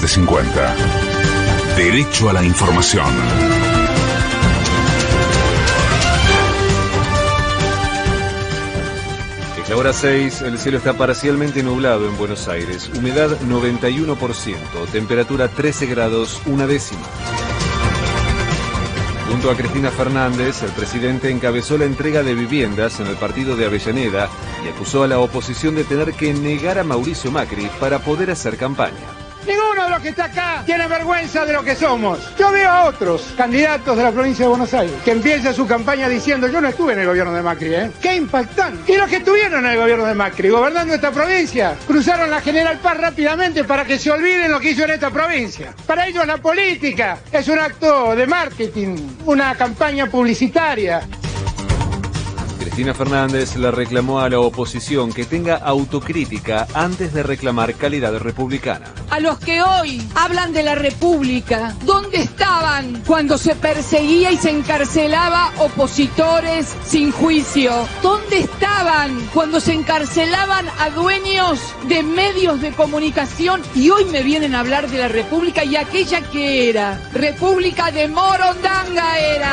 750. Derecho a la información. Es la hora 6, el cielo está parcialmente nublado en Buenos Aires, humedad 91%, temperatura 13 grados, una décima. Junto a Cristina Fernández, el presidente encabezó la entrega de viviendas en el partido de Avellaneda y acusó a la oposición de tener que negar a Mauricio Macri para poder hacer campaña. Ninguno de los que está acá tiene vergüenza de lo que somos. Yo veo a otros candidatos de la provincia de Buenos Aires que empiezan su campaña diciendo: yo no estuve en el gobierno de Macri, ¿eh? ¡Qué impactante! Y los que estuvieron en el gobierno de Macri, gobernando esta provincia, cruzaron la General Paz rápidamente para que se olviden lo que hizo en esta provincia. Para ellos la política es un acto de marketing, una campaña publicitaria. Cristina Fernández le reclamó a la oposición que tenga autocrítica antes de reclamar calidad republicana. A los que hoy hablan de la República, ¿dónde estaban cuando se perseguía y se encarcelaba opositores sin juicio? ¿Dónde estaban cuando se encarcelaban a dueños de medios de comunicación? Y hoy me vienen a hablar de la República, y aquella que era República de Morondanga era.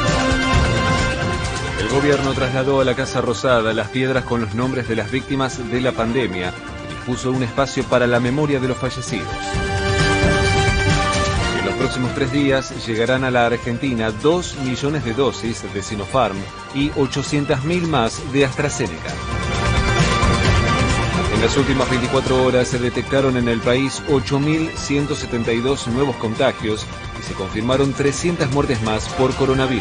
El gobierno trasladó a la Casa Rosada las piedras con los nombres de las víctimas de la pandemia y dispuso un espacio para la memoria de los fallecidos. En los próximos 3 días llegarán a la Argentina 2 millones de dosis de Sinopharm y 800.000 más de AstraZeneca. En las últimas 24 horas se detectaron en el país 8.172 nuevos contagios y se confirmaron 300 muertes más por coronavirus.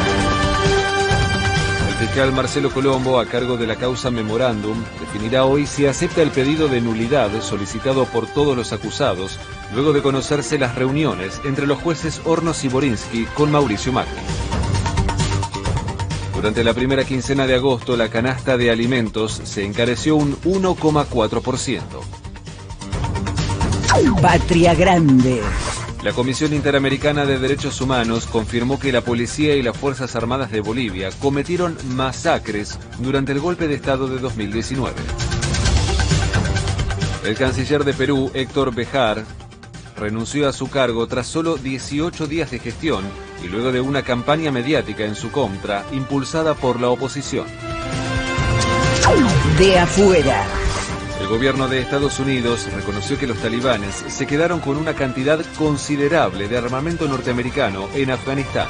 El fiscal Marcelo Colombo, a cargo de la causa Memorándum, definirá hoy si acepta el pedido de nulidad solicitado por todos los acusados, luego de conocerse las reuniones entre los jueces Hornos y Borinsky con Mauricio Macri. Durante la primera quincena de agosto, la canasta de alimentos se encareció un 1,4%. Patria Grande. La Comisión Interamericana de Derechos Humanos confirmó que la policía y las Fuerzas Armadas de Bolivia cometieron masacres durante el golpe de Estado de 2019. El canciller de Perú, Héctor Bejar, renunció a su cargo tras solo 18 días de gestión y luego de una campaña mediática en su contra impulsada por la oposición. De afuera. El gobierno de Estados Unidos reconoció que los talibanes se quedaron con una cantidad considerable de armamento norteamericano en Afganistán.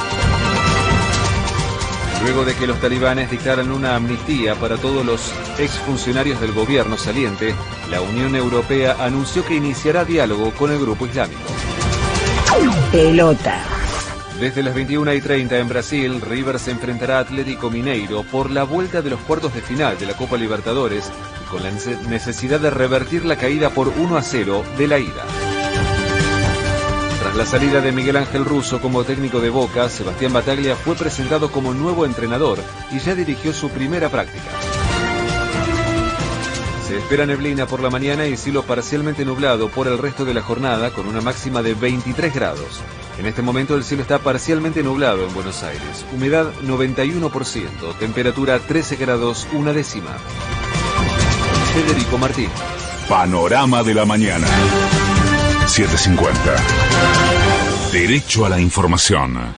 Luego de que los talibanes dictaran una amnistía para todos los exfuncionarios del gobierno saliente, la Unión Europea anunció que iniciará diálogo con el grupo islámico. Pelota. Desde las 21:30 en Brasil, River se enfrentará a Atlético Mineiro por la vuelta de los cuartos de final de la Copa Libertadores, con la necesidad de revertir la caída por 1-0 de la ida. Tras la salida de Miguel Ángel Russo como técnico de Boca, Sebastián Battaglia fue presentado como nuevo entrenador y ya dirigió su primera práctica. Se espera neblina por la mañana y cielo parcialmente nublado por el resto de la jornada, con una máxima de 23 grados. En este momento el cielo está parcialmente nublado en Buenos Aires, humedad 91%, temperatura 13 grados, una décima. Federico Martín. Panorama de la mañana. 750. Derecho a la información.